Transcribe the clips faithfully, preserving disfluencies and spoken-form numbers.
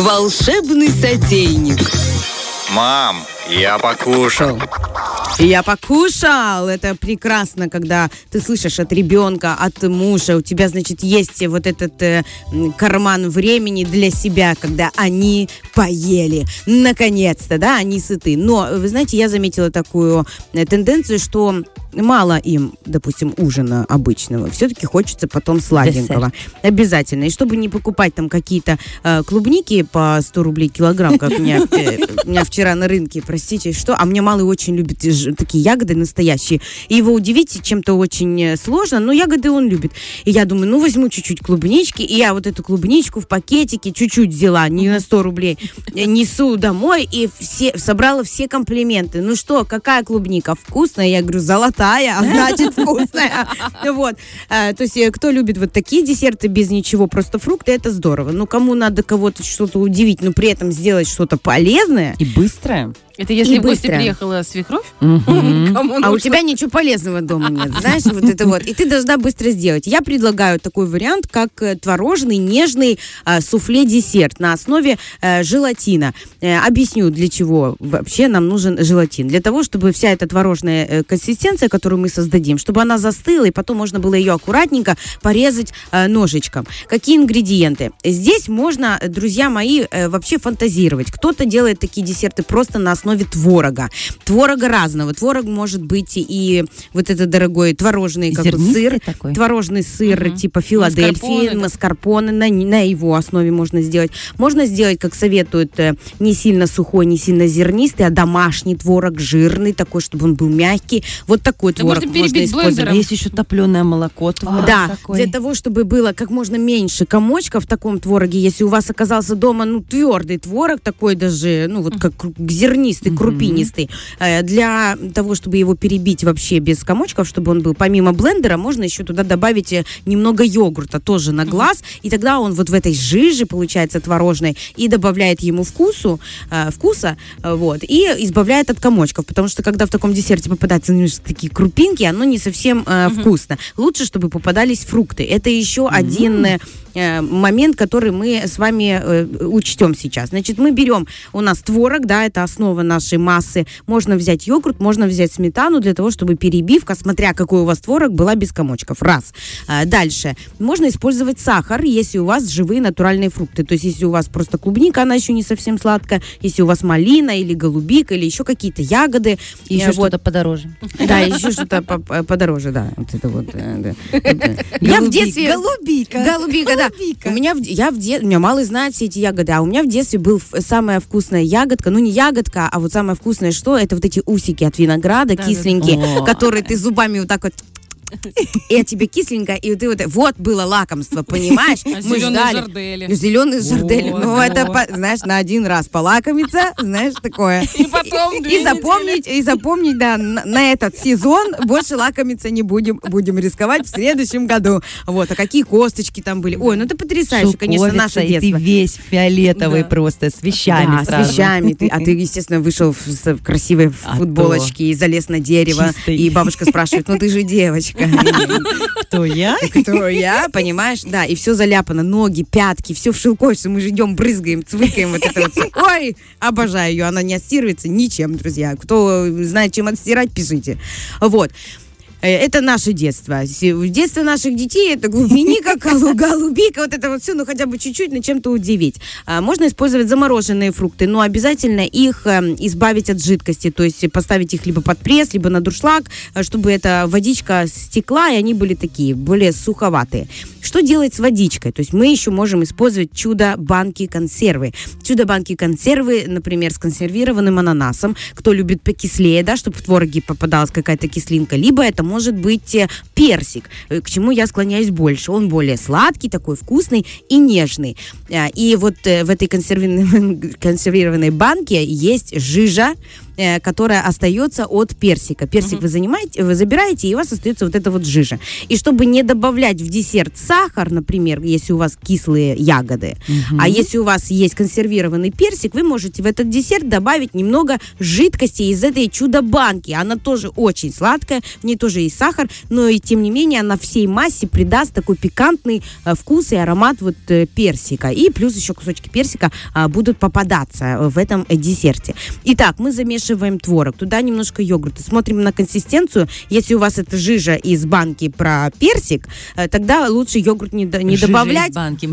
Волшебный сотейник. Мам, я покушал. Я покушал. Это прекрасно, когда ты слышишь от ребенка, от мужа. У тебя, значит, есть вот этот э, карман времени для себя, когда они поели. Наконец-то, да, они сыты. Но, вы знаете, я заметила такую э, тенденцию, что мало им, допустим, ужина обычного. Все-таки хочется потом сладенького. Десерт. Обязательно. И чтобы не покупать там какие-то э, клубники по сто рублей килограмм, как у меня, э, у меня вчера на рынке, простите, что? А мне малый очень любит такие ягоды настоящие. И его удивить чем-то очень сложно, но ягоды он любит. И я думаю, ну возьму чуть-чуть клубнички, и я вот эту клубничку в пакетике чуть-чуть взяла, не на сто рублей, несу домой и все, собрала все комплименты. Ну что, какая клубника? Вкусная? Я говорю, золотая, а значит вкусная. Вот. А, то есть, кто любит вот такие десерты без ничего, просто фрукты, это здорово. Ну, кому надо кого-то что-то удивить, но при этом сделать что-то полезное. И быстрое. Это если и в гости быстро. Приехала свекровь? Mm-hmm. А у тебя ничего полезного дома нет, знаешь, вот это вот. И ты должна быстро сделать. Я предлагаю такой вариант, как творожный, нежный э, суфле-десерт на основе э, желатина. Э, объясню, для чего вообще нам нужен желатин. Для того, чтобы вся эта творожная э, консистенция, которую мы создадим, чтобы она застыла, и потом можно было ее аккуратненько порезать э, ножичком. Какие ингредиенты? Здесь можно, друзья мои, э, вообще фантазировать. Кто-то делает такие десерты просто на основе творога. Творога разного. Творог может быть и вот это дорогой творожный как бы, сыр. Такой. Творожный сыр Угу. типа Филадельфии, маскарпоне. На, на его основе можно сделать. Можно сделать, как советуют, не сильно сухой, не сильно зернистый, а домашний творог, жирный такой, чтобы он был мягкий. Вот такой да творог можно, можно использовать. блендером. Есть еще топленое молоко. Творог Да, такой. для того, чтобы было как можно меньше комочков в таком твороге, если у вас оказался дома, ну, твердый творог, такой даже, ну, вот как зернистый, крупинистый, mm-hmm. для того, чтобы его перебить вообще без комочков, чтобы он был, помимо блендера, можно еще туда добавить немного йогурта, тоже на глаз, mm-hmm. и тогда он вот в этой жиже, получается, творожной, и добавляет ему вкусу, э, вкуса, вот, и избавляет от комочков, потому что, когда в таком десерте попадаются немножко такие крупинки, оно не совсем э, mm-hmm. вкусно. Лучше, чтобы попадались фрукты. Это еще mm-hmm. один э, момент, который мы с вами э, учтем сейчас. Значит, мы берем, у нас творог, да, это основа нашей массы. Можно взять йогурт, можно взять сметану для того, чтобы перебивка, смотря какой у вас творог, была без комочков. Раз. А, дальше. Можно использовать сахар, если у вас живые натуральные фрукты. То есть, если у вас просто клубника, она еще не совсем сладкая, если у вас малина или голубика, или еще какие-то ягоды. И еще вот. Что-то подороже. Да, еще что-то подороже, да. Вот это вот. Я в детстве... Голубика. Голубика, да. У меня, я в де... у меня малый знает все эти ягоды, а у меня в детстве был самая вкусная ягодка, ну не ягодка, а вот самое вкусное, что это вот эти усики от винограда, да, кисленькие, да, да. которые ты зубами вот так вот и от тебя кисленько, и ты вот, вот было лакомство, понимаешь? А мы ждали. Жардели. Зеленые жардели. Ну, это, по, знаешь, на один раз полакомиться, знаешь, такое. И потом две И запомнить, недели. и запомнить, да, на, на этот сезон больше лакомиться не будем, будем рисковать в следующем году. Вот, а какие косточки там были. Ой, ну это потрясающе, конечно, наше детство. И ты весь фиолетовый да. просто, с вещами да, сразу. с вещами. Ты, а ты, естественно, вышел в, в красивой а футболочке то. И залез на дерево. Чистый. И бабушка спрашивает, ну ты же девочка. Кто я? Кто я, понимаешь? Да, и все заляпано, ноги, пятки, все в шелковице, мы же идем, брызгаем, цвыкаем вот это вот. Ой, обожаю ее, она не отстирывается ничем, друзья. Кто знает, чем отстирать, пишите. Вот. Это наше детство. В детстве наших детей это клубника, голубика, вот это вот все, ну хотя бы чуть-чуть на чем-то удивить. Можно использовать замороженные фрукты, но обязательно их избавить от жидкости, то есть поставить их либо под пресс, либо на дуршлаг, чтобы эта водичка стекла, и они были такие, более суховатые. Что делать с водичкой? То есть мы еще можем использовать чудо-банки консервы. Чудо-банки консервы, например, с консервированным ананасом. Кто любит покислее, да, чтобы в твороге попадалась какая-то кислинка, либо это может быть персик, к чему я склоняюсь больше. Он более сладкий, такой вкусный и нежный. И вот в этой консервированной банке есть жижа, э, которая остается от персика. Персик uh-huh. вы занимаете, вы забираете, и у вас остается вот эта вот жижа. И чтобы не добавлять в десерт сахар, например, если у вас кислые ягоды, uh-huh. а если у вас есть консервированный персик, вы можете в этот десерт добавить немного жидкости из этой чудо-банки. Она тоже очень сладкая, в ней тоже есть сахар, но и тем не менее она всей массе придаст такой пикантный э, вкус и аромат вот э, персика. И плюс еще кусочки персика э, будут попадаться в этом э, десерте. Итак, мы замешиваем творог, туда немножко йогурта, смотрим на консистенцию. Если у вас это жижа из банки про персик, э, тогда лучше йогурт не, не жижа добавлять. Из банки.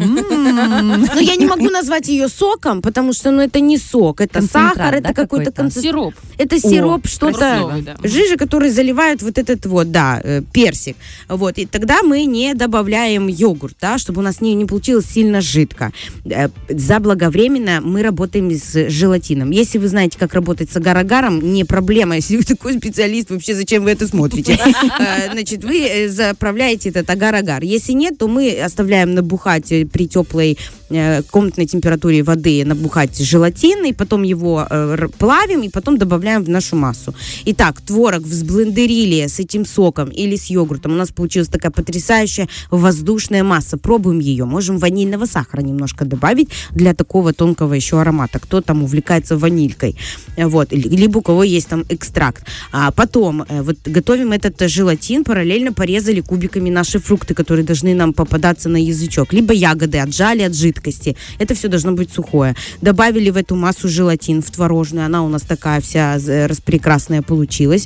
Но я не могу назвать ее соком, потому что ну, это не сок, это сахар, это да, какой-то концентрат. Сироп. Это сироп, что-то, красивый, да. жижа, который заливают вот этот вот, да, э, персик. Вот, и тогда мы не добавляем йогурт, да, чтобы у нас не, не получилось сильно жидко. Э, заблаговременно мы работаем с желатином. Если вы знаете, как работать с агар-агаром, не проблема. Если вы такой специалист, вообще зачем вы это смотрите? Э, значит, вы заправляете этот агар-агар. Если нет, то мы оставляем набухать при теплой э, комнатной температуре воды, набухать желатин, и потом его э, плавим, и потом добавляем в нашу массу. Итак, творог взблендерили с этим соком или с йогуртом. У нас получилась такая потрясающая воздушная масса. Пробуем ее. Можем ванильного сахара немножко добавить для такого тонкого еще аромата. Кто там увлекается ванилькой. Вот. Либо у кого есть там экстракт. А потом э, вот готовим этот желатин, параллельно порезали кубиками наши фрукты, которые должны нам попадаться на язычок. Либо ягоды отжали от жидкости. Это все должно быть сухое. Добавили в эту массу желатин, в творожную. Она у нас такая вся распрекрасная получилась.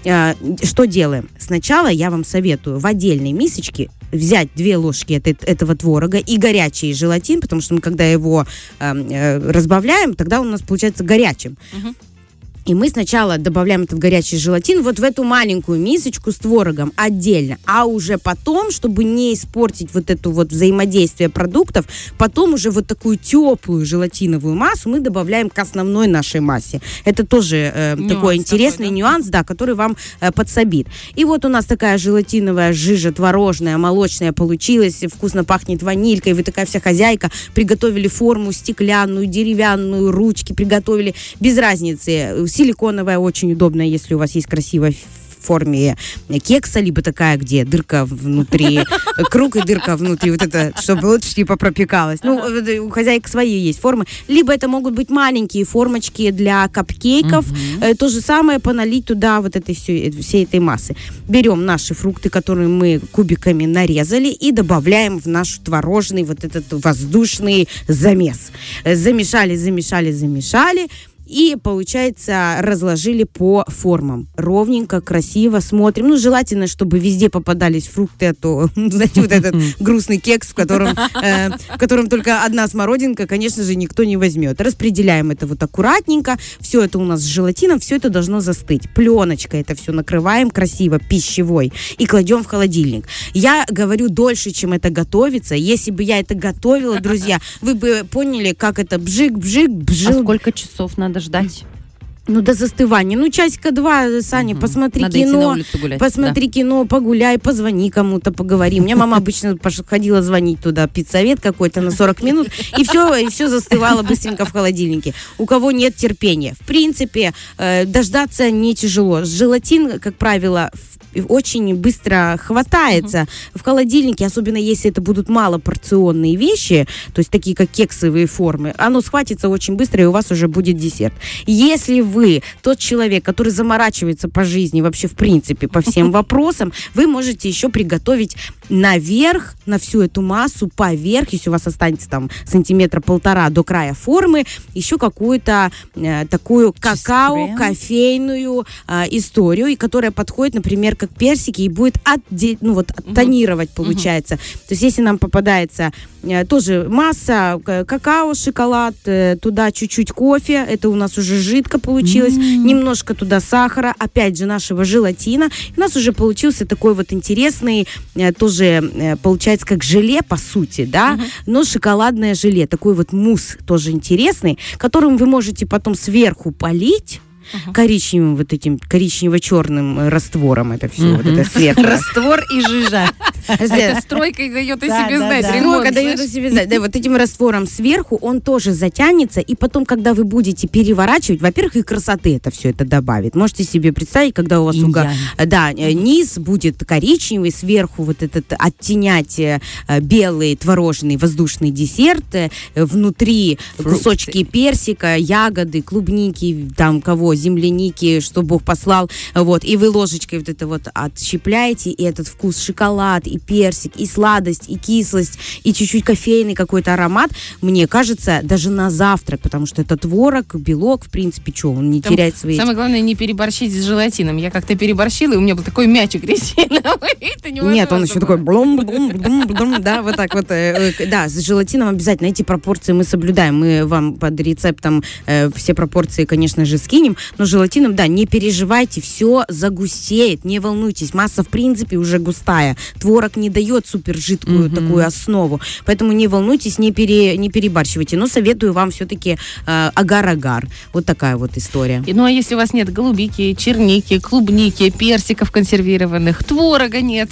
Что делаем? Сначала я вам советую в отдельной мисочке взять две ложки этой, этого творога и горячий желатин, потому что мы, когда его э, разбавляем, тогда он у нас получается горячим. Uh-huh. И мы сначала добавляем этот горячий желатин вот в эту маленькую мисочку с творогом отдельно, а уже потом, чтобы не испортить вот это вот взаимодействие продуктов, потом уже вот такую теплую желатиновую массу мы добавляем к основной нашей массе. Это тоже э, такой интересный такой, да? нюанс, да, который вам э, подсобит. И вот у нас такая желатиновая жижа творожная, молочная получилась, вкусно пахнет ванилькой, вы такая вся хозяйка, приготовили форму стеклянную, деревянную, ручки приготовили, без разницы. Силиконовая очень удобная, если у вас есть красивая в форме кекса, либо такая, где дырка внутри, круг и дырка внутри, вот это, чтобы лучше типа пропекалось. Ну, у хозяек свои есть формы. Либо это могут быть маленькие формочки для капкейков. Mm-hmm. То же самое, поналить туда вот этой всей, всей этой массы. Берем наши фрукты, которые мы кубиками нарезали, и добавляем в наш творожный вот этот воздушный замес. Замешали, замешали, замешали. И, получается, разложили по формам. Ровненько, красиво смотрим. Ну, желательно, чтобы везде попадались фрукты, а то, знаете, вот этот грустный кекс, в котором, э, в котором только одна смородинка, конечно же, никто не возьмет. Распределяем это вот аккуратненько. Все это у нас с желатином, все это должно застыть. Пленочкой это все накрываем красиво, пищевой, и кладем в холодильник. Я говорю дольше, чем это готовится. Если бы я это готовила, друзья, вы бы поняли, как это бжик-бжик, бжик. А сколько часов надо ждать? Ну, до застывания. Ну, часика два, Саня, угу. посмотри Надо кино. Гулять, посмотри да. кино, погуляй, позвони кому-то, поговори. У меня мама обычно ходила звонить туда, педсовет какой-то на сорок минут, и все, и все застывало быстренько в холодильнике. У кого нет терпения. В принципе, э, дождаться не тяжело. Желатин, как правило, очень быстро хватается uh-huh. в холодильнике, особенно если это будут малопорционные вещи, то есть такие как кексовые формы, оно схватится очень быстро, и у вас уже будет десерт. Если вы тот человек, который заморачивается по жизни, вообще в принципе по всем вопросам, вы можете еще приготовить наверх, на всю эту массу, поверх, если у вас останется там сантиметра полтора до края формы, еще какую-то э, такую какао, кофейную э, историю, и которая подходит, например, как персики, и будет отде- ну, вот, оттонировать, uh-huh. получается. Uh-huh. То есть, если нам попадается э, тоже масса, э, какао, шоколад, э, туда чуть-чуть кофе, это у нас уже жидко получилось, mm-hmm. немножко туда сахара, опять же, нашего желатина, и у нас уже получился такой вот интересный, э, тоже, э, получается, как желе, по сути, да, uh-huh. но шоколадное желе, такой вот мусс тоже интересный, которым вы можете потом сверху полить, uh-huh. коричневым вот этим, коричнево-черным раствором это все, uh-huh. вот это сверху. Раствор и жижа. Это стройка дает о себе знать. Стройка дает о себе знать. Да, вот этим раствором сверху он тоже затянется, и потом, когда вы будете переворачивать, во-первых, и красоты это все это добавит. Можете себе представить, когда у вас уга... да, низ будет коричневый, сверху вот этот оттенять белый творожный воздушный десерт, внутри Фрукты. Кусочки персика, ягоды, клубники, там кого, земляники, что Бог послал, вот, и вы ложечкой вот это вот отщипляете, и этот вкус шоколад, и персик, и сладость, и кислость, и чуть-чуть кофейный какой-то аромат, мне кажется, даже на завтрак, потому что это творог, белок, в принципе, что, он не там теряет свои... Самое главное, не переборщить с желатином. Я как-то переборщила, и у меня был такой мячик резиновый. Нет, он еще такой блум-блум-блум-блум, да, вот так вот. Да, с желатином обязательно эти пропорции мы соблюдаем. Мы вам под рецептом все пропорции, конечно же, скинем, но желатином, да, не переживайте, все загустеет, не волнуйтесь. Масса, в принципе, уже густая. Творог не дает супер жидкую mm-hmm. такую основу, поэтому не волнуйтесь, не, пере, не перебарщивайте. Но советую вам все-таки э, агар-агар. Вот такая вот история. И, ну, а если у вас нет голубики, черники, клубники, персиков консервированных, творога нет,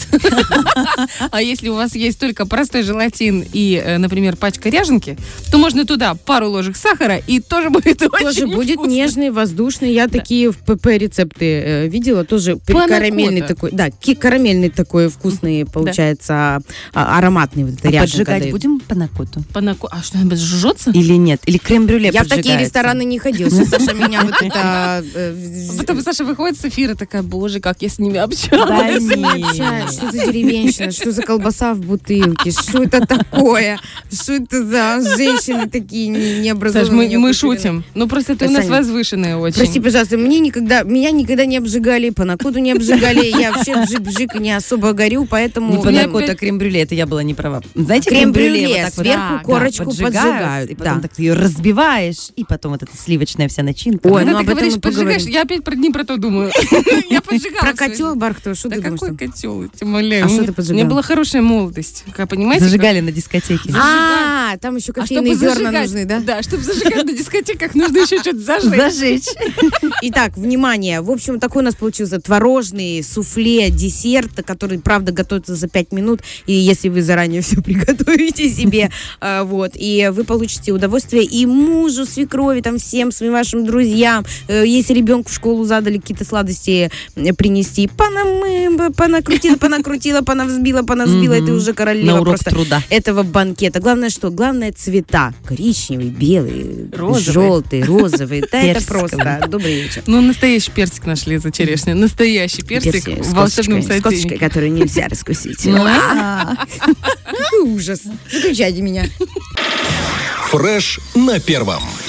а если у вас есть только простой желатин и, например, пачка ряженки, то можно туда пару ложек сахара, и тоже будет очень Тоже будет вкусно. Нежный, воздушный. Я такие в ПП рецепты э, видела, тоже карамельный такой, да, карамельный такой вкусный, получается, а, ароматный вот эта а ряженка поджигать дает. будем панакоту? Панако... А что, она жжется? Или нет? Или крем-брюле Я в такие поджигается? рестораны не ходила. Саша меня вот это... Потом Саша выходит с эфира, такая, боже, как я с ними Да общалась. нет. Что за деревенщина? Что за колбаса в бутылке? Что это такое? Что это за женщины такие не- необразованные? Саш, мы, мы неокультуренные? шутим. Ну, просто ты у Да, нас Саня, возвышенная очень. Прости, пожалуйста, мне никогда, меня никогда не обжигали, панакоту не обжигали, я вообще бжик-бжик не особо горю, поэтому... Не меня панакота, опять- а крем-брюле, это я была не права. Знаете, Крем-брюле, крем-брюле, вот так вот, сверху да, корочку да, поджигают, и потом да. так ты ее разбиваешь, и потом вот эта сливочная вся начинка. Ой, Когда ну ты об этом говоришь, мы поджигаешь, поговорим. я опять про не про то думаю. Я поджигала. Про котел, Бархтова, что Да ты думаешь? какой там? котел, я тебя умоляю. А что У меня- ты У поджигала? меня была хорошая молодость. Как, понимаете? Зажигали на дискотеке. А, там еще А кофейные чтобы зерна зажигать- нужны, да? Да, чтобы зажигать на дискотеках, нужно еще что-то зажечь. Зажечь. Итак, внимание. В общем, такой у нас получился творожный суфле, десерт, который, правда, готовится за пять минут. И если вы заранее все приготовите себе, э, вот, и вы получите удовольствие и мужу, свекрови, там, всем своим вашим друзьям. Э, если ребенку в школу задали какие-то сладости э, принести, панамы, понакрутила, понакрутила, понавзбила, понавзбила, Мгм. это уже королева На урок просто труда. этого банкета. Главное что? Главное цвета. Коричневый, белый, Розовый. желтый, розовый. Да, это Персиковый. просто. Добрый вечер. Ну, настоящий персик нашли за черешню. Настоящий персик Персик с в волшебном косточкой, с косточкой, сотейнике. которую нельзя раскусить. А. Какой ужас. Выключайте меня. Фреш на первом.